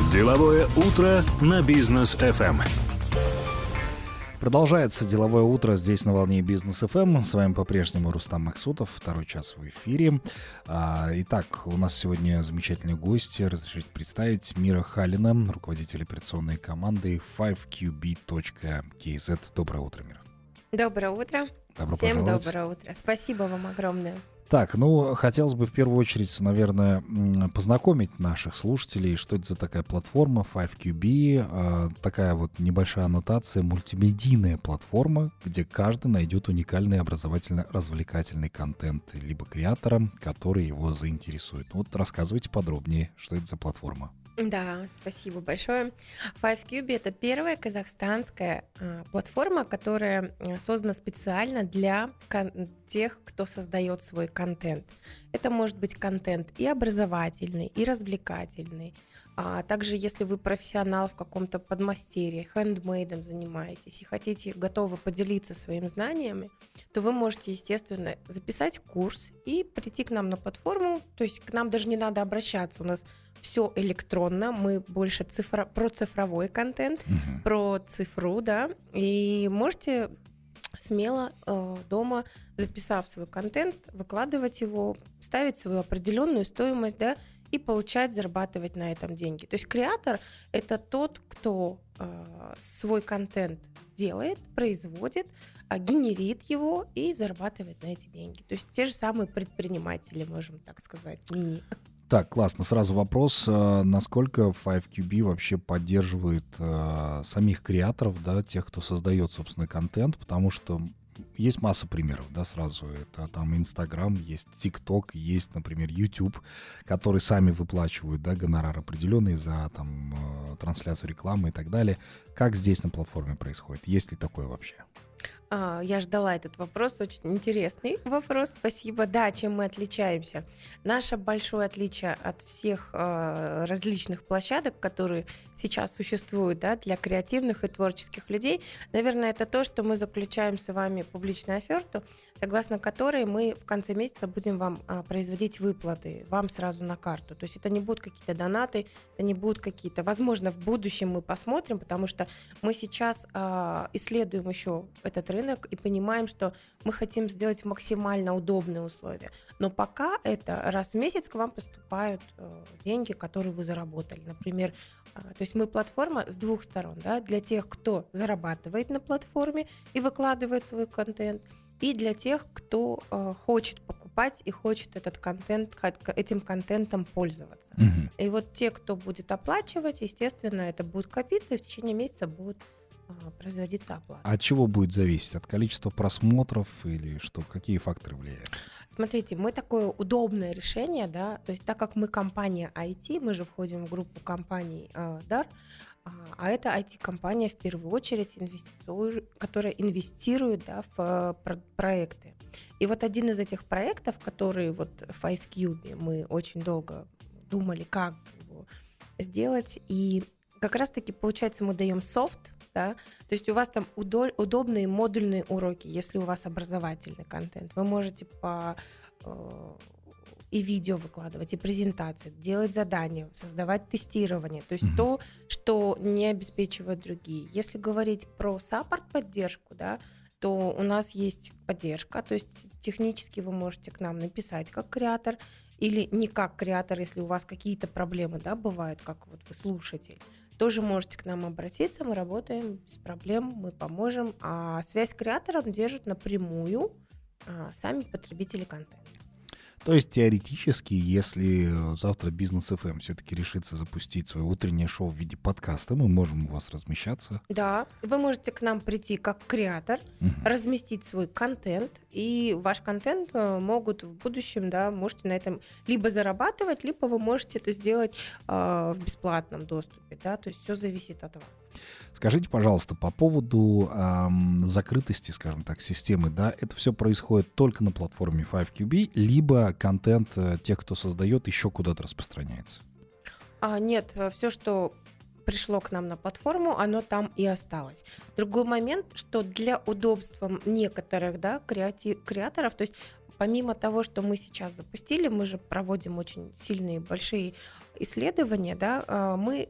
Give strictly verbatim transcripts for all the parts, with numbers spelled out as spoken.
Деловое утро на Бизнес эф эм. Продолжается деловое утро здесь на волне Бизнес эф эм. С вами по-прежнему Рустам Максутов, второй час в эфире. Итак, у нас сегодня замечательные гости. Разрешите представить Мира Халина, руководитель операционной команды файв кью би точка кей зет. Доброе утро, Мира. Доброе утро. Добро Всем пожаловать. доброе утро. Спасибо вам огромное. Так, ну, хотелось бы в первую очередь, наверное, познакомить наших слушателей, что это за такая платформа файв кью би, такая вот небольшая аннотация, мультимедийная платформа, где каждый найдет уникальный образовательно-развлекательный контент либо креатора, который его заинтересует. Вот рассказывайте подробнее, что это за платформа. Да, спасибо большое. файв кью би — это первая казахстанская э, платформа, которая создана специально для кон- тех, кто создает свой контент. Это может быть контент и образовательный, и развлекательный. А также, если вы профессионал в каком-то подмастерье, хендмейдом занимаетесь и хотите, готовы поделиться своими знаниями, то вы можете, естественно, записать курс и прийти к нам на платформу. То есть к нам даже не надо обращаться. У нас все электронно, мы больше цифра, про цифровой контент, uh-huh. про цифру, да, и можете смело э, дома, записав свой контент, выкладывать его, ставить свою определенную стоимость, да, и получать, зарабатывать на этом деньги. То есть креатор — это тот, кто э, свой контент делает, производит, э, генерит его и зарабатывает на эти деньги. То есть те же самые предприниматели, можем так сказать, мини. Так, классно. Сразу вопрос, насколько файв кью би вообще поддерживает э, самих креаторов, да, тех, кто создает, собственно, контент, потому что есть масса примеров, да, сразу. Это там Инстаграм, есть ТикТок, есть, например, Ютуб, которые сами выплачивают, да, гонорар определенный за там э, трансляцию рекламы и так далее. Как здесь на платформе происходит? Есть ли такое вообще? Я ждала этот вопрос, очень интересный вопрос, спасибо. Да, чем мы отличаемся? Наше большое отличие от всех э, различных площадок, которые сейчас существуют, да, для креативных и творческих людей, наверное, это то, что мы заключаем с вами публичную оферту, согласно которой мы в конце месяца будем вам э, производить выплаты, вам сразу на карту. То есть это не будут какие-то донаты, это не будут какие-то... Возможно, в будущем мы посмотрим, потому что мы сейчас э, исследуем еще этот рынок, и понимаем, что мы хотим сделать максимально удобные условия. Но пока это раз в месяц к вам поступают э, деньги, которые вы заработали. Например, э, то есть мы платформа с двух сторон, да, для тех, кто зарабатывает на платформе и выкладывает свой контент, и для тех, кто э, хочет покупать и хочет этот контент, этим контентом пользоваться. Угу. И вот те, кто будет оплачивать, естественно, это будет копиться, и в течение месяца будут производиться оплата. А от чего будет зависеть? От количества просмотров или что? Какие факторы влияют? Смотрите, мы такое удобное решение, да, то есть так как мы компания ай ти, мы же входим в группу компаний э, дар, а, а это ай ти-компания в первую очередь, которая инвестирует, да, в э, про- проекты. И вот один из этих проектов, который вот файв кью би, мы очень долго думали, как его сделать, и как раз-таки, получается, мы даем софт, да? То есть у вас там удо- удобные модульные уроки, если у вас образовательный контент. Вы можете по, э, и видео выкладывать, и презентации, делать задания, создавать тестирование. То есть mm-hmm. то, что не обеспечивают другие. Если говорить про саппорт-поддержку, да, то у нас есть поддержка. То есть технически вы можете к нам написать как креатор или не как креатор, если у вас какие-то проблемы, да, бывают, как вот вы слушатель. Тоже можете к нам обратиться, мы работаем без проблем, мы поможем. А связь с креатором держат напрямую а, сами потребители контента. То есть теоретически, если завтра Бизнес эф эм все-таки решится запустить свое утреннее шоу в виде подкаста, мы можем у вас размещаться. Да, вы можете к нам прийти как креатор, угу. разместить свой контент, и ваш контент могут в будущем, да, можете на этом либо зарабатывать, либо вы можете это сделать э, в бесплатном доступе, да, то есть все зависит от вас. Скажите, пожалуйста, по поводу эм, закрытости, скажем так, системы, да, это все происходит только на платформе файв кью би, либо контент э, тех, кто создает, еще куда-то распространяется? А, нет, все, что пришло к нам на платформу, оно там и осталось. Другой момент, что для удобства некоторых, да, креатив, креаторов, то есть помимо того, что мы сейчас запустили, мы же проводим очень сильные, большие исследования, да, мы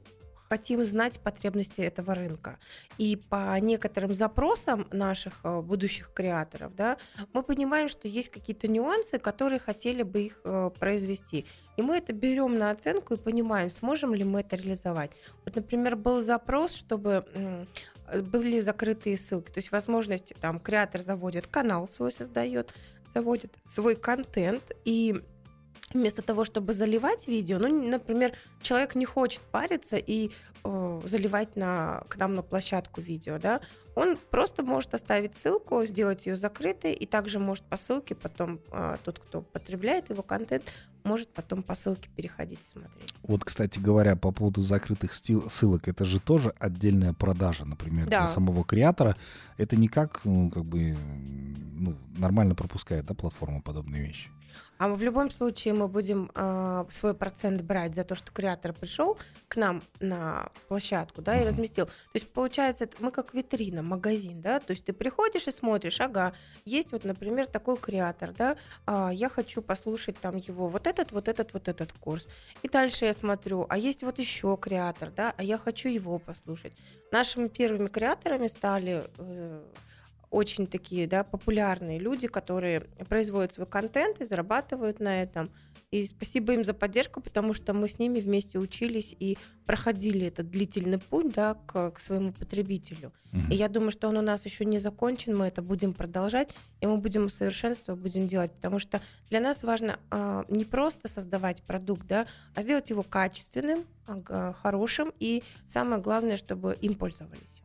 хотим знать потребности этого рынка. И по некоторым запросам наших э, будущих креаторов, да, мы понимаем, что есть какие-то нюансы, которые хотели бы их э, произвести. И мы это берем на оценку и понимаем, сможем ли мы это реализовать. Вот, например, был запрос, чтобы м, были закрытые ссылки. То есть возможность, там, креатор заводит канал свой, создает, заводит свой контент, и вместо того, чтобы заливать видео, ну, например, человек не хочет париться и э, заливать на, к нам на площадку видео, да, он просто может оставить ссылку, сделать ее закрытой, и также может по ссылке потом э, тот, кто потребляет его контент, может потом по ссылке переходить и смотреть. Вот, кстати говоря, по поводу закрытых стил- ссылок, это же тоже отдельная продажа, например, Да. для самого креатора. Это не как, ну, как бы, ну, нормально пропускает, да, платформа подобные вещи? А в любом случае мы будем э, свой процент брать за то, что креатор пришел к нам на площадку, да, и Мгм. разместил. То есть получается, это мы как витрина, магазин, да, то есть ты приходишь и смотришь, ага, есть вот, например, такой креатор, да, а, я хочу послушать там его вот этот, вот этот, вот этот курс. И дальше я смотрю, а есть вот еще креатор, да, а я хочу его послушать. Нашими первыми креаторами стали э, очень такие, да, популярные люди, которые производят свой контент и зарабатывают на этом. И спасибо им за поддержку, потому что мы с ними вместе учились и проходили этот длительный путь, да, к, к своему потребителю. Мгм. И я думаю, что он у нас еще не закончен, мы это будем продолжать, и мы будем усовершенствовать, будем делать, потому что для нас важно э, не просто создавать продукт, да, а сделать его качественным, э, хорошим, и самое главное, чтобы им пользовались.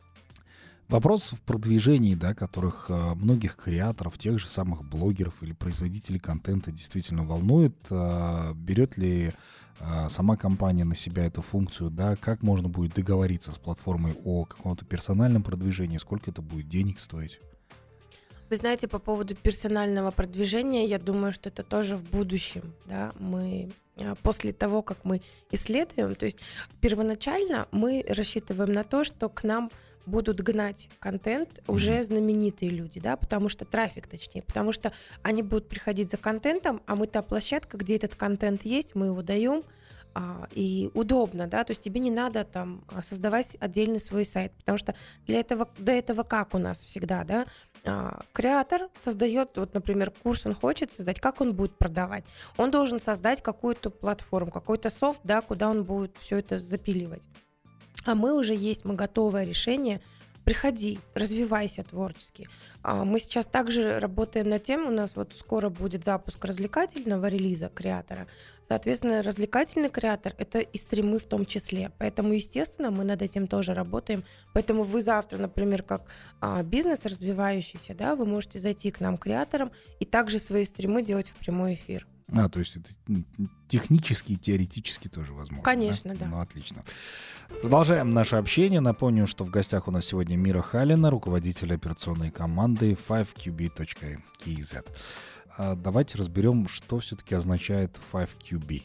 Вопрос в продвижении, да, которых э, многих креаторов, тех же самых блогеров или производителей контента действительно волнует. Э, берет ли э, сама компания на себя эту функцию, да, как можно будет договориться с платформой о каком-то персональном продвижении, сколько это будет денег стоить? Вы знаете, по поводу персонального продвижения, я думаю, что это тоже в будущем, да, мы э, после того, как мы исследуем, то есть первоначально мы рассчитываем на то, что к нам будут гнать контент уже знаменитые люди, да, потому что трафик, точнее, потому что они будут приходить за контентом, а мы та площадка, где этот контент есть, мы его даем, а, и удобно, да, то есть тебе не надо там создавать отдельный свой сайт, потому что для этого, до этого как у нас всегда, да, а, креатор создает, вот, например, курс он хочет создать, как он будет продавать, он должен создать какую-то платформу, какой-то софт, да, куда он будет все это запиливать. А мы уже есть, мы готовое решение. Приходи, развивайся творчески. А мы сейчас также работаем над тем, у нас вот скоро будет запуск развлекательного релиза креатора. Соответственно, развлекательный креатор — это и стримы в том числе. Поэтому, естественно, мы над этим тоже работаем. Поэтому вы завтра, например, как а, бизнес развивающийся, да, вы можете зайти к нам креаторам и также свои стримы делать в прямой эфир. А, то есть это технически и теоретически тоже возможно. Конечно, да. Ну, отлично. Продолжаем наше общение. Напомню, что в гостях у нас сегодня Мира Халина, руководитель операционной команды файв кью би точка кей зет. А давайте разберем, что все-таки означает файв кью би.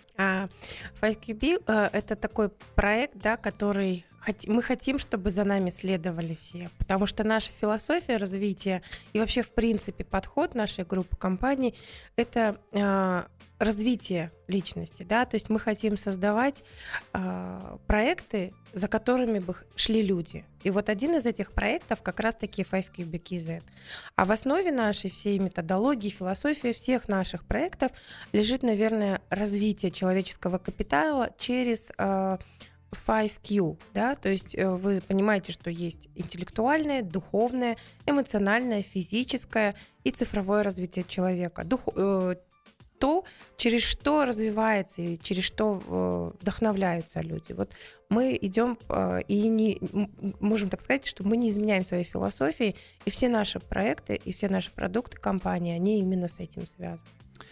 А файв кью би э, это такой проект, да, который хот- мы хотим, чтобы за нами следовали все, потому что наша философия развития и вообще в принципе подход нашей группы компаний — это э, развитие личности, да, то есть мы хотим создавать э, проекты, за которыми бы шли люди. И вот один из этих проектов как раз-таки файв кью би кей зет. А в основе нашей всей методологии, философии всех наших проектов лежит, наверное, развитие человеческого капитала через э, файв кью, да, то есть э, вы понимаете, что есть интеллектуальное, духовное, эмоциональное, физическое и цифровое развитие человека. Дух, э, то, через что развивается и через что э, вдохновляются люди. Вот мы идем э, и не м- можем так сказать, что мы не изменяем своей философии, и все наши проекты, и все наши продукты компании, они именно с этим связаны.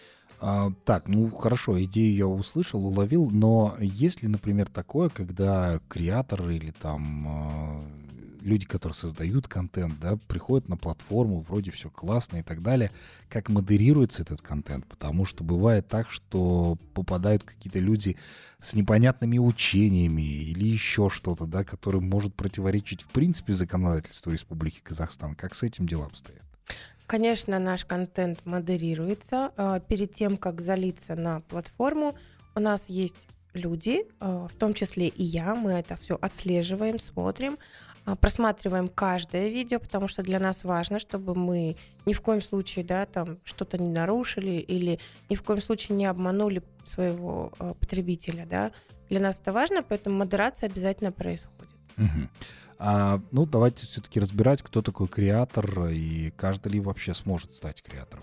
А, так, ну хорошо, идею я услышал, уловил, но есть ли, например, такое, когда креаторы или там э, люди, которые создают контент, да, приходят на платформу, вроде все классно и так далее, как модерируется этот контент? Потому что бывает так, что попадают какие-то люди с непонятными учениями или еще что-то, да, которое может противоречить в принципе законодательству Республики Казахстан. Как с этим дела обстоят? Конечно, наш контент модерируется. Перед тем, как залиться на платформу, у нас есть люди, в том числе и я, мы это все отслеживаем, смотрим, просматриваем каждое видео, потому что для нас важно, чтобы мы ни в коем случае, да, там что-то не нарушили или ни в коем случае не обманули своего потребителя, да. Для нас это важно, поэтому модерация обязательно происходит. Угу. А, ну, давайте все-таки разбирать, кто такой креатор и каждый ли вообще сможет стать креатором.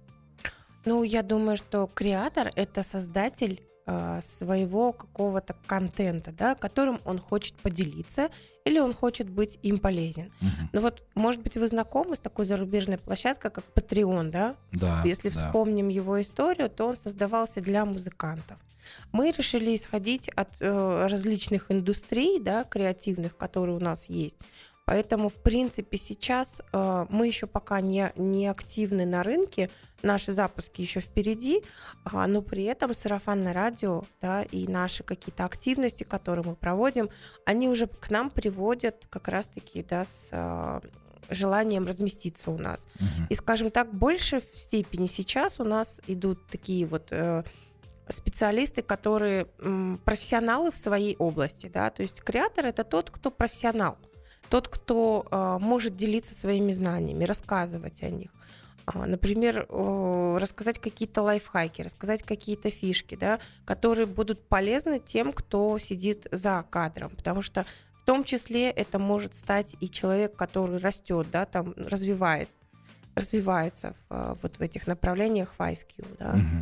Ну, я думаю, что креатор — это создатель э, своего какого-то контента, да, которым он хочет поделиться или он хочет быть им полезен. Uh-huh. Ну вот, может быть, вы знакомы с такой зарубежной площадкой, как Patreon, да? Да. Если да. вспомним его историю, то он создавался для музыкантов. Мы решили исходить от э, различных индустрий, да, креативных, которые у нас есть. Поэтому, в принципе, сейчас э, мы еще пока не, не активны на рынке, наши запуски еще впереди, э, но при этом сарафанное радио, да, и наши какие-то активности, которые мы проводим, они уже к нам приводят как раз-таки, да, с э, желанием разместиться у нас. Uh-huh. И, скажем так, в большей степени сейчас у нас идут такие вот... Э, специалисты, которые м, профессионалы в своей области, да, то есть креатор — это тот, кто профессионал, тот, кто э, может делиться своими знаниями, рассказывать о них, а, например, э, рассказать какие-то лайфхаки, рассказать какие-то фишки, да, которые будут полезны тем, кто сидит за кадром, потому что в том числе это может стать и человек, который растет, да, там развивает, развивается в, вот в этих направлениях файв кью, да. Угу.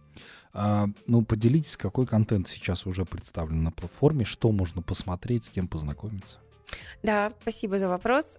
А, ну, поделитесь, какой контент сейчас уже представлен на платформе, что можно посмотреть, с кем познакомиться. Да, спасибо за вопрос.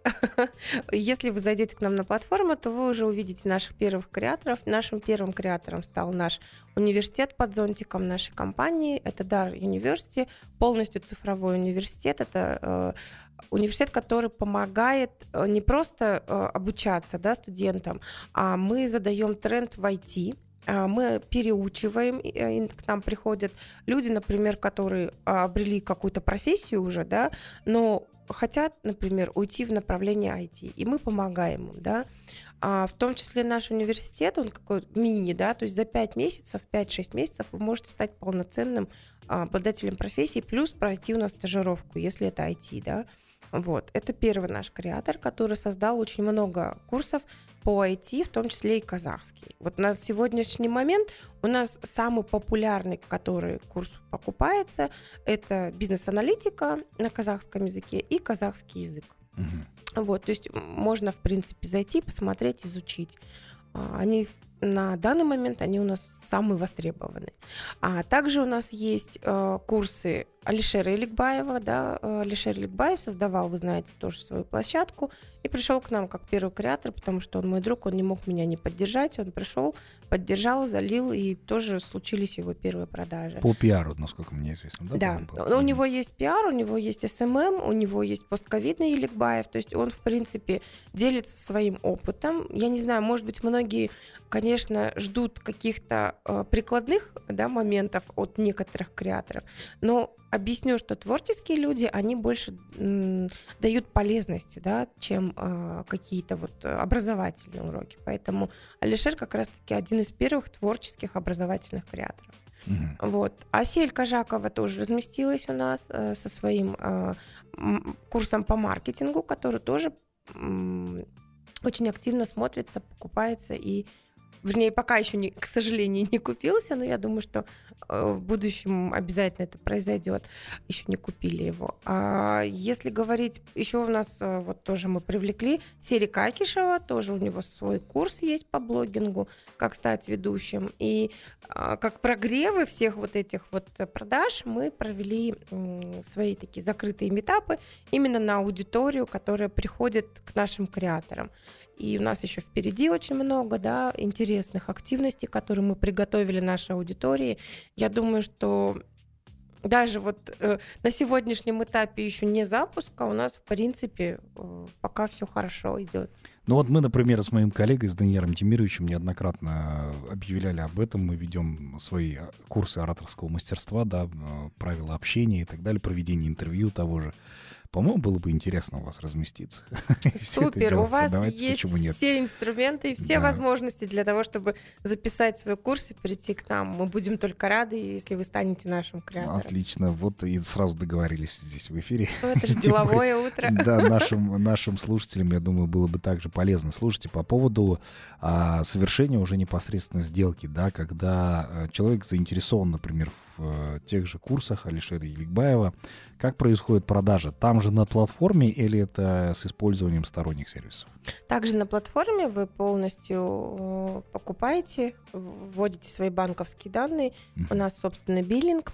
Если вы зайдете к нам на платформу, то вы уже увидите наших первых креаторов. Нашим первым креатором стал наш университет под зонтиком нашей компании. Это Дар University, полностью цифровой университет. Это э, университет, который помогает не просто э, обучаться, да, студентам, а мы задаем тренд в ай ти. Мы переучиваем, к нам приходят люди, например, которые обрели какую-то профессию уже, да, но хотят, например, уйти в направление ай ти, и мы помогаем им, да. А в том числе наш университет, он какой мини, да, то есть за пять месяцев, пять-шесть месяцев вы можете стать полноценным обладателем профессии, плюс пройти у нас стажировку, если это ай ти, да. Вот. Это первый наш креатор, который создал очень много курсов по ай ти, в том числе и казахский. Вот на сегодняшний момент у нас самый популярный, который курс покупается, это бизнес-аналитика на казахском языке и казахский язык. Угу. Вот, то есть можно, в принципе, зайти, посмотреть, изучить. Они на данный момент они у нас самые востребованные. А также у нас есть э, курсы Алишера Иликбаева. Да? Алишер Иликбаев создавал, вы знаете, тоже свою площадку и пришел к нам как первый креатор, потому что он мой друг, он не мог меня не поддержать. Он пришел, поддержал, залил, и тоже случились его первые продажи. По пиару, насколько мне известно. Да, да. У него есть пиар, у него есть эс эм эм, у него есть постковидный Иликбаев. То есть он, в принципе, делится своим опытом. Я не знаю, может быть, многие, конечно, ждут каких-то э, прикладных, да, моментов от некоторых креаторов, но объясню, что творческие люди, они больше м, дают полезности, да, чем э, какие-то вот образовательные уроки. Поэтому Алишер как раз-таки один из первых творческих образовательных креаторов. Mm-hmm. Вот. Асель Кажакова тоже разместилась у нас э, со своим э, м, курсом по маркетингу, который тоже м, очень активно смотрится, покупается и, вернее, пока еще, не, к сожалению, не купился, но я думаю, что э, в будущем обязательно это произойдет. Еще не купили его. А если говорить, еще у нас э, вот тоже мы привлекли Серика Акишева, тоже у него свой курс есть по блогингу, как стать ведущим. И э, как прогревы всех вот этих вот продаж мы провели э, свои такие закрытые митапы именно на аудиторию, которая приходит к нашим креаторам. И у нас еще впереди очень много, да, интересных активностей, которые мы приготовили нашей аудитории. Я думаю, что даже вот э, на сегодняшнем этапе еще не запуска, у нас, в принципе, э, пока все хорошо идет. Ну вот мы, например, с моим коллегой, с Даниилом Тимировичем, неоднократно объявляли об этом. Мы ведем свои курсы ораторского мастерства, да, правила общения и так далее, проведение интервью того же. По-моему, было бы интересно у вас разместиться. Супер, у вас есть все инструменты и все возможности для того, чтобы записать свой курс и прийти к нам. Мы будем только рады, если вы станете нашим креатором. Отлично, вот и сразу договорились здесь в эфире. Ну, это же деловое утро. Да, нашим, нашим слушателям, я думаю, было бы также полезно. Слушайте, по поводу а, совершения уже непосредственно сделки, да, когда а, человек заинтересован, например, в а, тех же курсах Алишера Еликбаева, как происходит продажа? Там же на платформе или это с использованием сторонних сервисов? Также на платформе вы полностью покупаете, вводите свои банковские данные, mm-hmm. у нас собственный биллинг.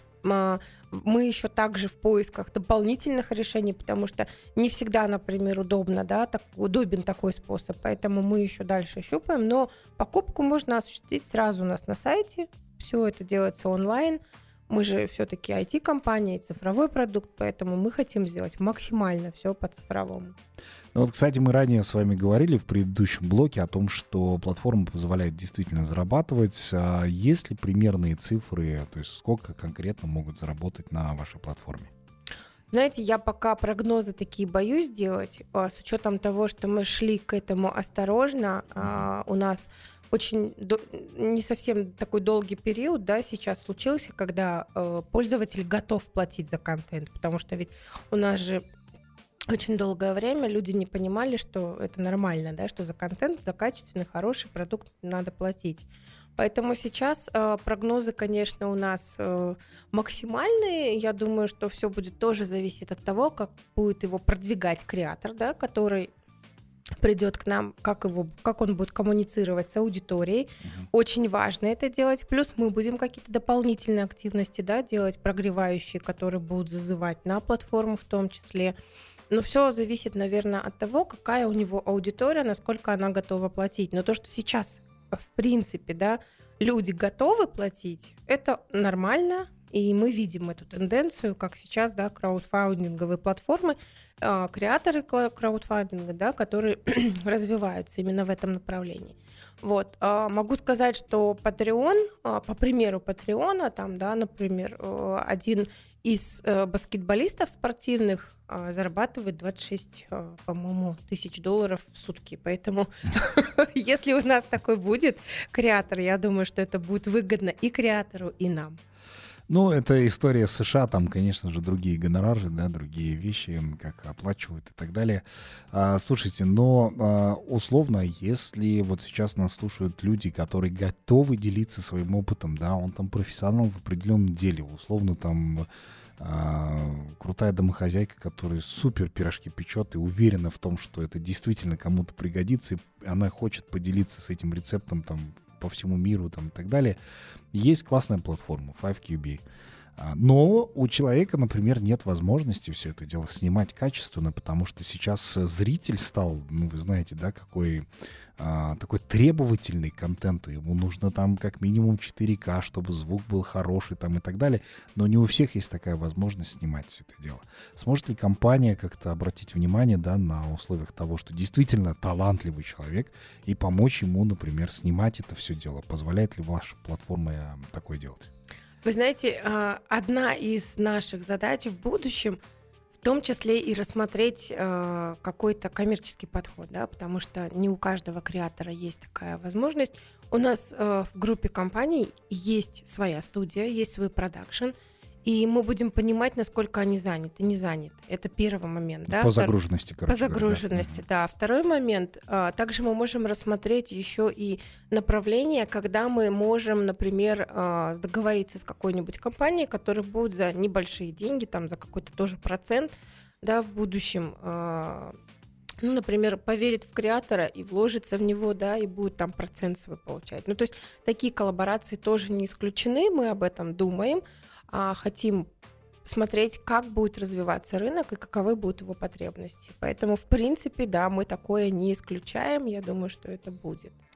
Мы еще также в поисках дополнительных решений, потому что не всегда, например, удобно, да, так, удобен такой способ, поэтому мы еще дальше щупаем, но покупку можно осуществить сразу у нас на сайте, все это делается онлайн. Мы же все-таки ай ти-компания, цифровой продукт, поэтому мы хотим сделать максимально все по-цифровому. Ну вот, кстати, мы ранее с вами говорили в предыдущем блоке о том, что платформа позволяет действительно зарабатывать. А есть ли примерные цифры, то есть сколько конкретно могут заработать на вашей платформе? Знаете, я пока прогнозы такие боюсь делать, с учетом того, что мы шли к этому осторожно. Mm-hmm. У нас очень до, не совсем такой долгий период, да, сейчас случился, когда э, пользователь готов платить за контент, потому что ведь у нас же очень долгое время люди не понимали, что это нормально, да, что за контент, за качественный, хороший продукт надо платить. Поэтому сейчас э, прогнозы, конечно, у нас э, максимальные. Я думаю, что все будет тоже зависеть от того, как будет его продвигать креатор, да, который придет к нам, как, его, как он будет коммуницировать с аудиторией. Uh-huh. Очень важно это делать. Плюс мы будем какие-то дополнительные активности, да, делать, прогревающие, которые будут зазывать на платформу в том числе. Но все зависит, наверное, от того, какая у него аудитория, насколько она готова платить. Но то, что сейчас, в принципе, да, люди готовы платить, это нормально. И мы видим эту тенденцию, как сейчас, да, краудфандинговые платформы, э, креаторы краудфандинга, да, которые развиваются именно в этом направлении. Вот. Э, могу сказать, что Patreon, э, по примеру Patreon, там, да, например, э, один из э, баскетболистов спортивных э, зарабатывает двадцать шесть, э, по-моему, тысяч долларов в сутки. Поэтому если у нас такой будет креатор, я думаю, что это будет выгодно и креатору, и нам. Ну, это история США, там, конечно же, другие гонорары, да, другие вещи, как оплачивают и так далее. А, слушайте, но а, условно, если вот сейчас нас слушают люди, которые готовы делиться своим опытом, да, он там профессионал в определенном деле, условно там а, крутая домохозяйка, которая супер пирожки печет и уверена в том, что это действительно кому-то пригодится, и она хочет поделиться с этим рецептом там по всему миру там, и так далее. Есть классная платформа файв кью би. Но у человека, например, нет возможности все это дело снимать качественно, потому что сейчас зритель стал, ну, вы знаете, да, какой а, такой требовательный к контенту. Ему нужно там как минимум четыре ка, чтобы звук был хороший там и так далее. Но не у всех есть такая возможность снимать все это дело. Сможет ли компания как-то обратить внимание, да, на условиях того, что действительно талантливый человек, и помочь ему, например, снимать это все дело? Позволяет ли ваша платформа такое делать? Вы знаете, одна из наших задач в будущем в том числе и рассмотреть какой-то коммерческий подход, да, потому что не у каждого креатора есть такая возможность. У нас в группе компаний есть своя студия, есть свой продакшн, и мы будем понимать, насколько они заняты, не заняты. Это первый момент. Да? По загруженности, короче. По загруженности, да. да. Второй момент. Также мы можем рассмотреть еще и направление, когда мы можем, например, договориться с какой-нибудь компанией, которая будет за небольшие деньги, там, за какой-то тоже процент, да, в будущем, ну, например, поверит в креатора и вложится в него, да, и будет там процент свой получать. Ну, то есть такие коллаборации тоже не исключены, мы об этом думаем. Хотим смотреть, как будет развиваться рынок и каковы будут его потребности. Поэтому, в принципе, да, мы такое не исключаем. Я думаю, что это будет.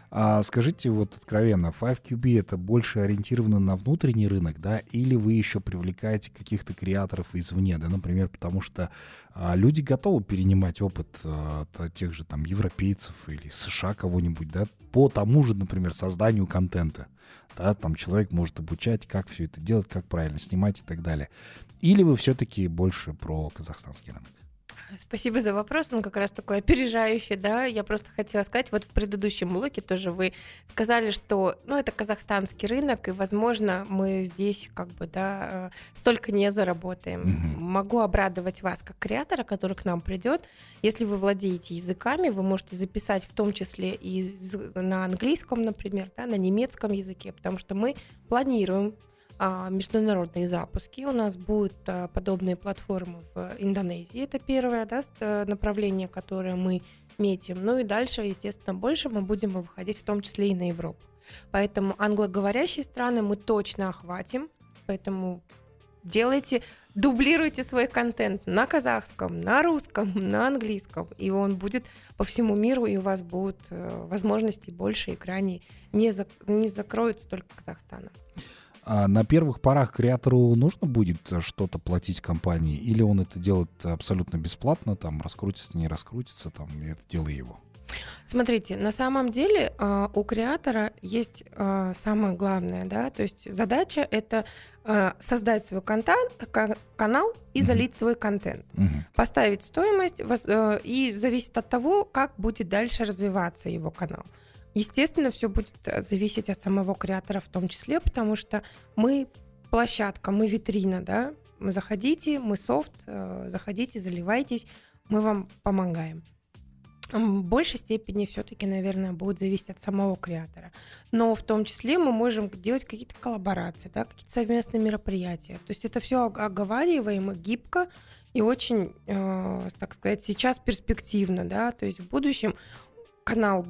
А скажите вот откровенно, файв кью би это больше ориентировано на внутренний рынок, да, или вы еще привлекаете каких-то креаторов извне, да, например, потому что а, люди готовы перенимать опыт а, тех же там европейцев или США кого-нибудь, да, по тому же, например, созданию контента, да, там человек может обучать, как все это делать, как правильно снимать и так далее. Или вы все-таки больше про казахстанский рынок? Спасибо за вопрос, он как раз такой опережающий, да, я просто хотела сказать, вот в предыдущем блоке тоже вы сказали, что, ну, это казахстанский рынок, и, возможно, мы здесь, как бы, да, столько не заработаем. Mm-hmm. Могу обрадовать вас, как креатора, который к нам придет, если вы владеете языками, вы можете записать в том числе и на английском, например, да, на немецком языке, потому что мы планируем международные запуски. У нас будут а, подобные платформы в Индонезии. Это первое, да, направление, которое мы метим. Ну и дальше, естественно, больше мы будем выходить в том числе и на Европу. Поэтому англоговорящие страны мы точно охватим. Поэтому делайте, дублируйте свой контент на казахском, на русском, на английском. И он будет по всему миру, и у вас будут э, возможности больше, экране не, зак- не закроются только Казахстана. А на первых порах креатору нужно будет что-то платить компании, или он это делает абсолютно бесплатно, там, раскрутится, не раскрутится, там, и это дело его? Смотрите, на самом деле у креатора есть самое главное, да, то есть задача — это создать свой контент, канал и залить uh-huh. свой контент, uh-huh. поставить стоимость, и зависит от того, как будет дальше развиваться его канал. Естественно, все будет зависеть от самого креатора в том числе, потому что мы площадка, мы витрина, да, мы заходите, мы софт, заходите, заливайтесь, мы вам помогаем. В большей степени все-таки, наверное, будет зависеть от самого креатора. Но в том числе мы можем делать какие-то коллаборации, да, какие-то совместные мероприятия. То есть это все оговариваемо, гибко и очень, э, так сказать, сейчас перспективно, да, то есть в будущем канал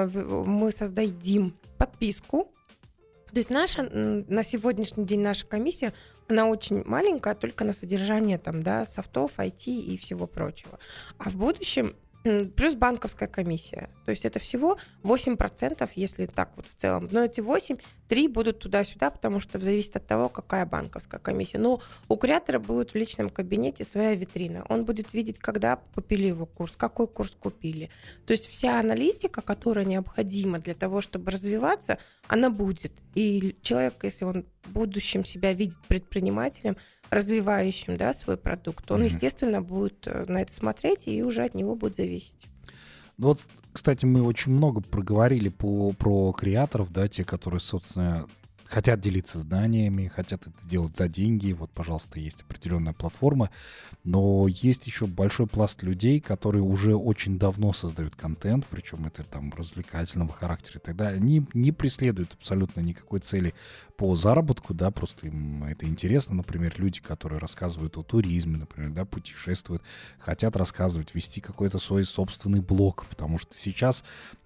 мы создадим подписку. То есть наша, на сегодняшний день наша комиссия, она очень маленькая, только на содержание там, да, софтов, ай ти и всего прочего. А в будущем плюс банковская комиссия. То есть это всего восемь процентов, если так вот в целом. Но эти восемь, три будут туда-сюда, потому что зависит от того, какая банковская комиссия. Но у креатора будет в личном кабинете своя витрина. Он будет видеть, когда купили его курс, какой курс купили. То есть вся аналитика, которая необходима для того, чтобы развиваться, она будет. И человек, если он в будущем себя видит предпринимателем, развивающим, да, свой продукт, он, mm-hmm. естественно, будет на это смотреть, и уже от него будет зависеть. Ну вот, кстати, мы очень много проговорили по, про креаторов, да, те, которые, собственно, хотят делиться знаниями, хотят это делать за деньги. Вот, пожалуйста, есть определенная платформа. Но есть еще большой пласт людей, которые уже очень давно создают контент, причем это там развлекательного характера и так далее. Они не преследуют абсолютно никакой цели по заработку, да, просто им это интересно. Например, люди, которые рассказывают о туризме, например, да, путешествуют, хотят рассказывать, вести какой-то свой собственный блог, потому что сейчас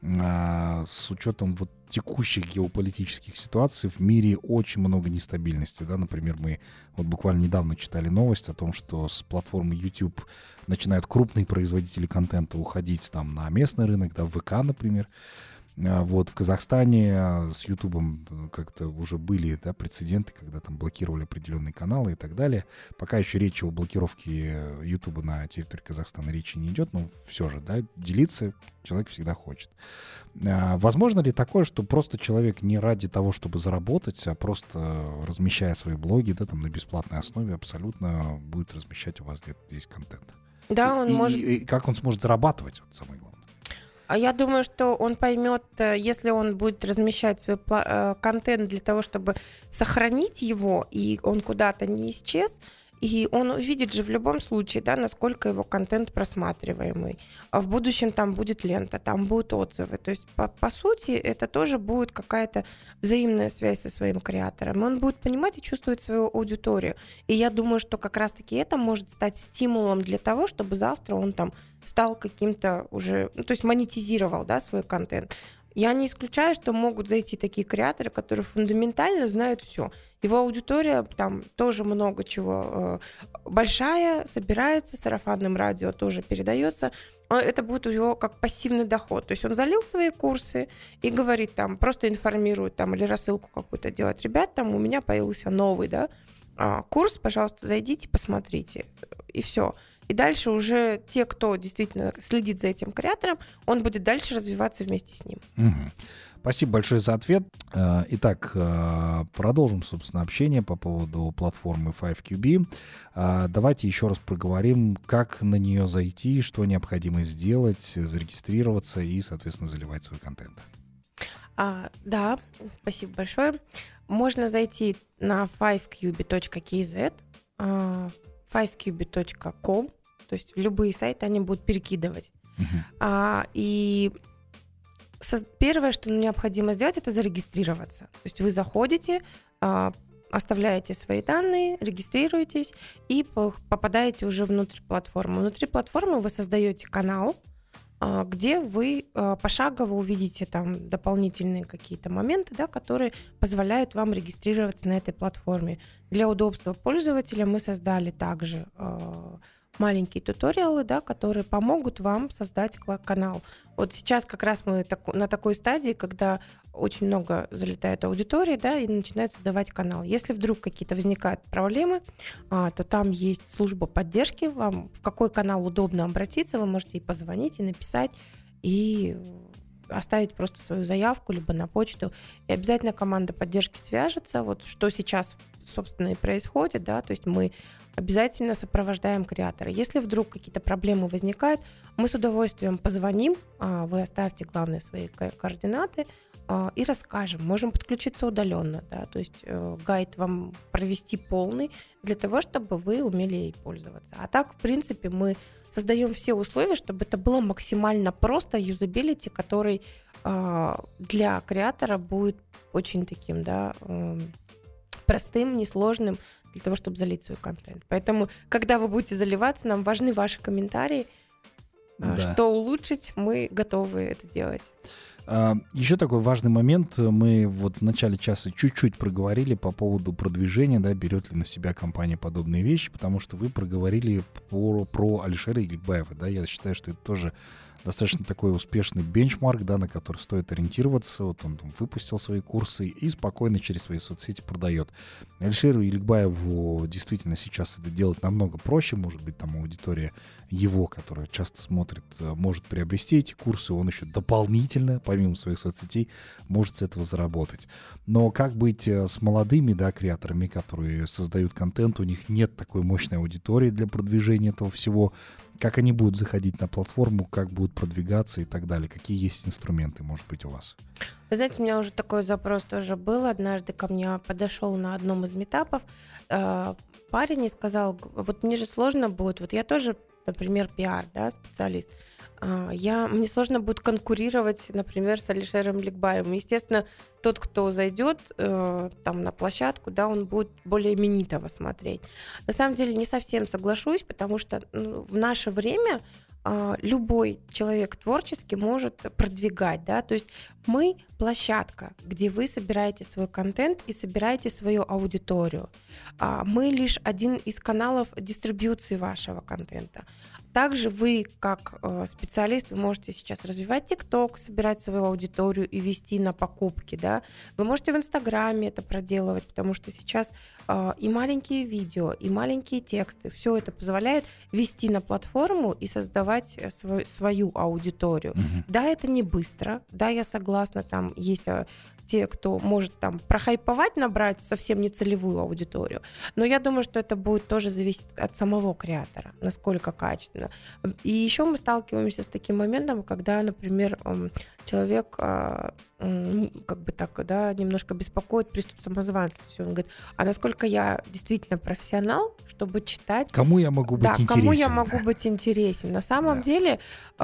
а, с учетом вот текущих геополитических ситуаций в мире очень много нестабильности, да, например, мы вот буквально недавно читали новость о том, что с платформы YouTube начинают крупные производители контента уходить там на местный рынок, да, в ВК, например. Вот в Казахстане с Ютубом как-то уже были, да, прецеденты, когда там блокировали определенные каналы и так далее. Пока еще речи о блокировке Ютуба на территории Казахстана речи не идет, но все же, да, делиться человек всегда хочет. А, возможно ли такое, что просто человек не ради того, чтобы заработать, а просто размещая свои блоги, да, там на бесплатной основе абсолютно будет размещать у вас где-то здесь контент? Да, он и, может... и, и как он сможет зарабатывать, вот самое главное? А я думаю, что он поймет, если он будет размещать свой контент для того, чтобы сохранить его, и он куда-то не исчез, и он увидит же в любом случае, да, насколько его контент просматриваемый. А в будущем там будет лента, там будут отзывы. То есть, по, по сути, это тоже будет какая-то взаимная связь со своим креатором. Он будет понимать и чувствовать свою аудиторию. И я думаю, что как раз-таки это может стать стимулом для того, чтобы завтра он там стал каким-то уже, ну, то есть монетизировал, да, свой контент. Я не исключаю, что могут зайти такие креаторы, которые фундаментально знают все. Его аудитория там тоже много чего большая, собирается, сарафанным радио тоже передается. Это будет у него как пассивный доход. То есть он залил свои курсы и говорит там, просто информирует там или рассылку какую-то делать. Ребят, там у меня появился новый, да, курс, пожалуйста, зайдите, посмотрите. И все. И дальше уже те, кто действительно следит за этим креатором, он будет дальше развиваться вместе с ним. Угу. Спасибо большое за ответ. Итак, продолжим, собственно, общение по поводу платформы файв кью би. Давайте еще раз проговорим, как на нее зайти, что необходимо сделать, зарегистрироваться и, соответственно, заливать свой контент. А, да, спасибо большое. Можно зайти на файв кью би точка кей зет, файв кью би точка ком, то есть любые сайты они будут перекидывать. Uh-huh. А, и со- первое, что необходимо сделать, это зарегистрироваться. То есть вы заходите, а, оставляете свои данные, регистрируетесь и по- попадаете уже внутрь платформы. Внутри платформы вы создаете канал, а, где вы а, пошагово увидите там дополнительные какие-то моменты, да, которые позволяют вам регистрироваться на этой платформе. Для удобства пользователя мы создали также а, маленькие туториалы, да, которые помогут вам создать канал. Вот сейчас как раз мы так, на такой стадии, когда очень много залетает аудитории, да, и начинают создавать канал. Если вдруг какие-то возникают проблемы, а, то там есть служба поддержки. Вам в какой канал удобно обратиться, вы можете и позвонить, и написать, и оставить просто свою заявку, либо на почту. И обязательно команда поддержки свяжется. Вот что сейчас, собственно, и происходит, да, то есть мы обязательно сопровождаем креатора. Если вдруг какие-то проблемы возникают, мы с удовольствием позвоним, вы оставьте, главное, свои координаты и расскажем. Можем подключиться удаленно, да, то есть гайд вам провести полный для того, чтобы вы умели ей пользоваться. А так, в принципе, мы создаем все условия, чтобы это было максимально просто, юзабилити, который для креатора будет очень таким, да, простым, несложным, для того, чтобы залить свой контент. Поэтому, когда вы будете заливаться, нам важны ваши комментарии. Да. Что улучшить, мы готовы это делать. А, еще такой важный момент. Мы вот в начале часа чуть-чуть проговорили по поводу продвижения, да, берет ли на себя компания подобные вещи, потому что вы проговорили про, про Алишера Иликбаева. Да, я считаю, что это тоже достаточно такой успешный бенчмарк, да, на который стоит ориентироваться. Вот он там выпустил свои курсы и спокойно через свои соцсети продает. Алишеру Иликбаеву действительно сейчас это делать намного проще. Может быть, там аудитория его, которая часто смотрит, может приобрести эти курсы. Он еще дополнительно, помимо своих соцсетей, может с этого заработать. Но как быть с молодыми, да, креаторами, которые создают контент, у них нет такой мощной аудитории для продвижения этого всего. Как они будут заходить на платформу, как будут продвигаться и так далее? Какие есть инструменты, может быть, у вас? Вы знаете, у меня уже такой запрос тоже был. Однажды ко мне подошел на одном из митапов э, парень и сказал, вот мне же сложно будет, вот я тоже, например, пиар, да, специалист, э, я, мне сложно будет конкурировать, например, с Алишером Иликбаевым. Естественно, тот, кто зайдет э, там на площадку, да, он будет более именитого смотреть. На самом деле не совсем соглашусь, потому что ну, в наше время э, любой человек творческий может продвигать, да, то есть мы площадка, где вы собираете свой контент и собираете свою аудиторию. А мы лишь один из каналов дистрибьюции вашего контента. Также вы, как э, специалист, вы можете сейчас развивать ТикТок, собирать свою аудиторию и вести на покупки, да. Вы можете в Инстаграме это проделывать, потому что сейчас э, и маленькие видео, и маленькие тексты, все это позволяет вести на платформу и создавать свой, свою аудиторию. Mm-hmm. Да, это не быстро, да, я согласна, там есть э, те, кто может там прохайповать, набрать совсем нецелевую аудиторию, но я думаю, что это будет тоже зависеть от самого креатора, насколько качественно. И еще мы сталкиваемся с таким моментом, когда, например, человек как бы так, да, немножко беспокоит приступ самозванства. Он говорит, а насколько я действительно профессионал, чтобы читать... Кому я могу быть да, интересен? кому я могу быть интересен? На самом да. деле...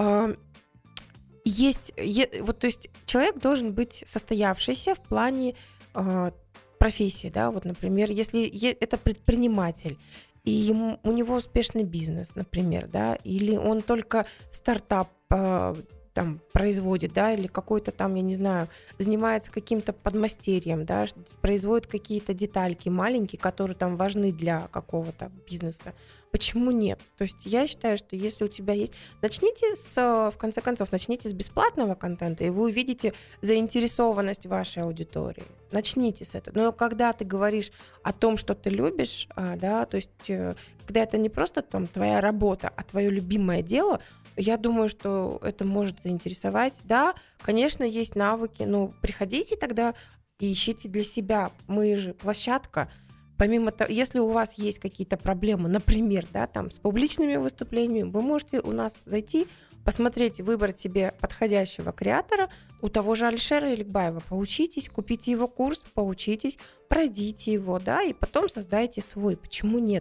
Есть, вот, то есть человек должен быть состоявшийся в плане э, профессии, да, вот, например, если это предприниматель, и ему, у него успешный бизнес, например, да, или он только стартап, э, там производит, да, или какой-то там, я не знаю, занимается каким-то подмастерьем, да, производит какие-то детальки маленькие, которые там важны для какого-то бизнеса. Почему нет? То есть я считаю, что если у тебя есть... Начните с, в конце концов, начните с бесплатного контента, и вы увидите заинтересованность вашей аудитории. Начните с этого. Но когда ты говоришь о том, что ты любишь, да, то есть когда это не просто там твоя работа, а твое любимое дело, я думаю, что это может заинтересовать. Да, конечно, есть навыки, но приходите тогда и ищите для себя. Мы же площадка. Помимо того, если у вас есть какие-то проблемы, например, да, там, с публичными выступлениями, вы можете у нас зайти, посмотреть, выбрать себе подходящего креатора у того же Алишера Эликбаева. Поучитесь, купите его курс, поучитесь, пройдите его, да, и потом создайте свой. Почему нет?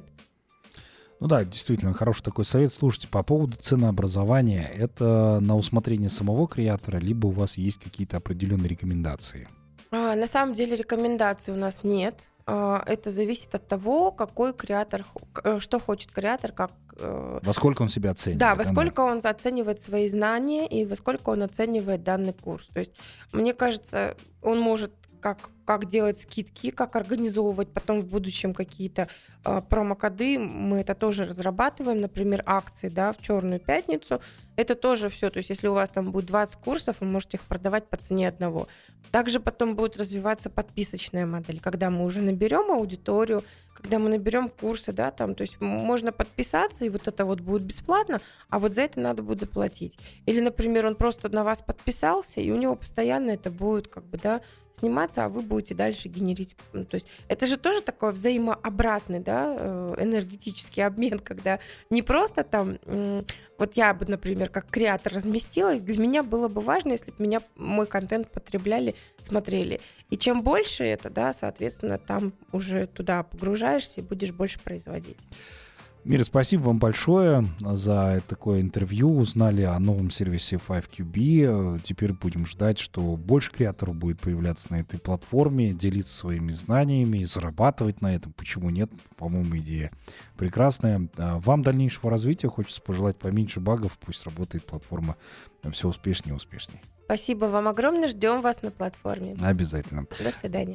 Ну да, действительно, хороший такой совет. Слушайте, по поводу ценообразования, это на усмотрение самого креатора, либо у вас есть какие-то определенные рекомендации? А, на самом деле рекомендаций у нас нет. Это зависит от того, какой креатор, что хочет креатор, как... Во сколько он себя оценивает. Да, во сколько он оценивает свои знания и во сколько он оценивает данный курс. То есть, мне кажется, он может как, как делать скидки, как организовывать потом в будущем какие-то э, промокоды. Мы это тоже разрабатываем, например, акции, да, в Черную пятницу. Это тоже все. То есть, если у вас там будет двадцать курсов, вы можете их продавать по цене одного. Также потом будет развиваться подписочная модель, когда мы уже наберем аудиторию, когда мы наберем курсы, да, там, то есть можно подписаться, и вот это вот будет бесплатно, а вот за это надо будет заплатить. Или, например, он просто на вас подписался, и у него постоянно это будет, как бы, да, сниматься, а вы будете дальше генерить. Ну, то есть это же тоже такой взаимообратный, да, энергетический обмен, когда не просто там, вот я бы, например, как креатор разместилась, для меня было бы важно, если бы меня мой контент потребляли, смотрели. И чем больше это, да, соответственно, там уже туда погружаешься и будешь больше производить. Мира, спасибо вам большое за такое интервью. Узнали о новом сервисе файв кью би. Теперь будем ждать, что больше креаторов будет появляться на этой платформе, делиться своими знаниями и зарабатывать на этом. Почему нет? По-моему, идея прекрасная. Вам дальнейшего развития. Хочется пожелать поменьше багов. Пусть работает платформа все успешнее и успешнее. Спасибо вам огромное. Ждем вас на платформе. Обязательно. До свидания.